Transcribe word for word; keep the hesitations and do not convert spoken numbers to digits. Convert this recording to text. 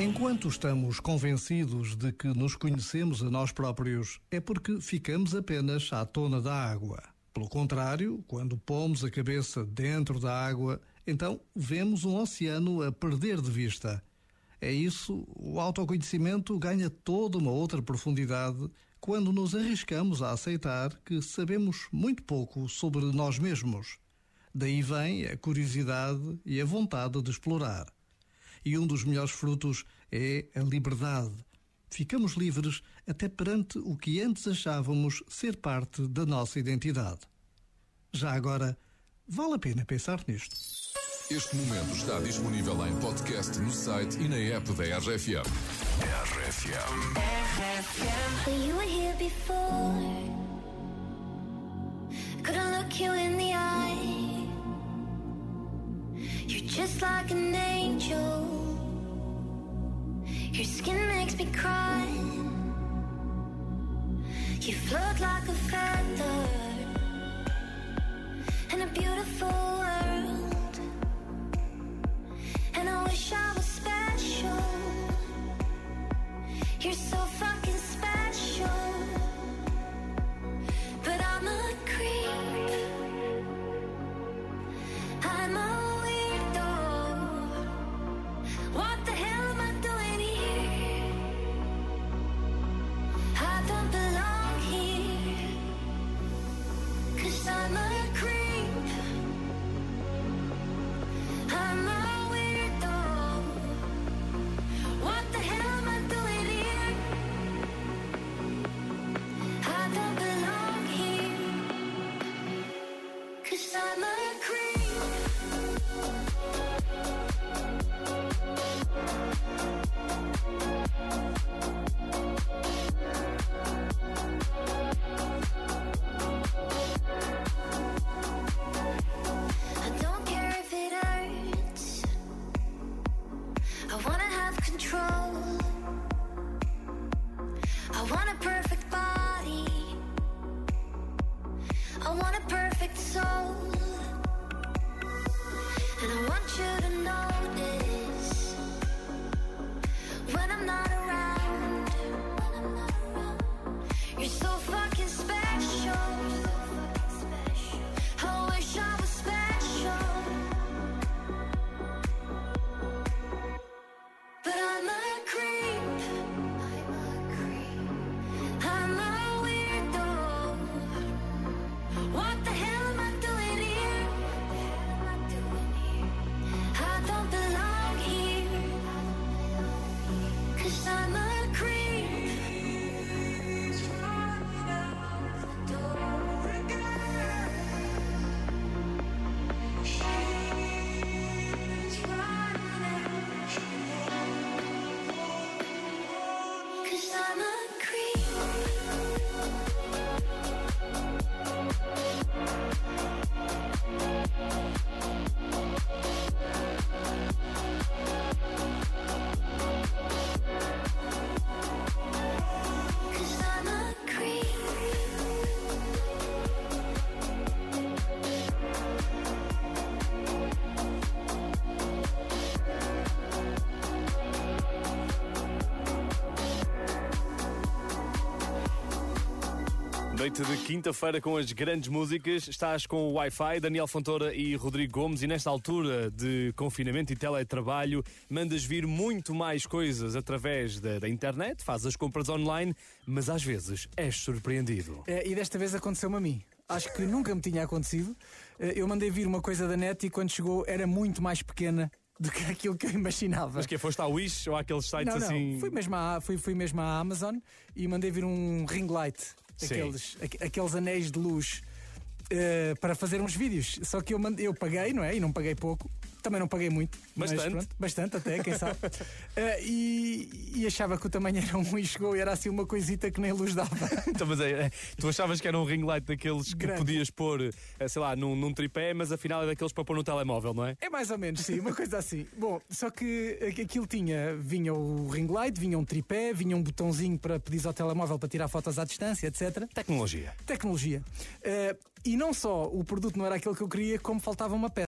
Enquanto estamos convencidos de que nos conhecemos a nós próprios, é porque ficamos apenas à tona da água. Pelo contrário, quando pomos a cabeça dentro da água, então vemos um oceano a perder de vista. É isso, o autoconhecimento ganha toda uma outra profundidade quando nos arriscamos a aceitar que sabemos muito pouco sobre nós mesmos. Daí vem a curiosidade e a vontade de explorar. E um dos melhores frutos é a liberdade. Ficamos livres até perante o que antes achávamos ser parte da nossa identidade. Já agora, vale a pena pensar nisto. Este momento está disponível em podcast no site e na app da R F M. R F M. Well, you were here before. Couldn't look you in the eye. You're just like an angel. Your skin makes me cry. You float like a feather in a beautiful world. And I wish I was special. You're so fucking special. But I'm a creep. I'm a weirdo. What the hell am I doing here? I don't belong here. 'Cause I'm a creep. I'm a I'm a creep. I don't care if it hurts. I wanna have control. I want a perfect body. I want a perfect soul. And I want you to notice when I'm not around. You're so fucking special. I wish I was special. But I'm a creep. I'm a weirdo. What the hell am I doing here? I don't belong here. 'Cause I'm a creep. Cause I'm a creep. Noite de quinta-feira com as grandes músicas. Estás com o Wi-Fi, Daniel Fontoura e Rodrigo Gomes, e nesta altura de confinamento e teletrabalho mandas vir muito mais coisas através da, da internet, fazes as compras online, mas às vezes és surpreendido. É, e desta vez aconteceu-me a mim. Acho que nunca me tinha acontecido. Eu mandei vir uma coisa da net e quando chegou era muito mais pequena do que aquilo que eu imaginava. Mas que foste à Wish ou àqueles sites não, não. assim? Fui mesmo, à, fui, fui mesmo à Amazon e mandei vir um ring light. Aqueles, aqueles anéis de luz uh, para fazer uns vídeos. Só que eu, mandei, eu paguei, não é? E não paguei pouco. Também não paguei muito. Bastante. Mas, pronto, bastante até, quem sabe. uh, e, e achava que o tamanho era um e chegou e era assim uma coisita que nem luz dava. Então, mas é, é, tu achavas que era um ring light daqueles que Grande. podias pôr, sei lá, num, num tripé, mas afinal é daqueles para pôr no telemóvel, não é? É mais ou menos, sim, uma coisa assim. Bom, só que aquilo tinha, vinha o ring light, vinha um tripé, vinha um botãozinho para pedir ao telemóvel para tirar fotos à distância, etcétera. Tecnologia. Tecnologia. Uh, e não só o produto não era aquele que eu queria, como faltava uma peça.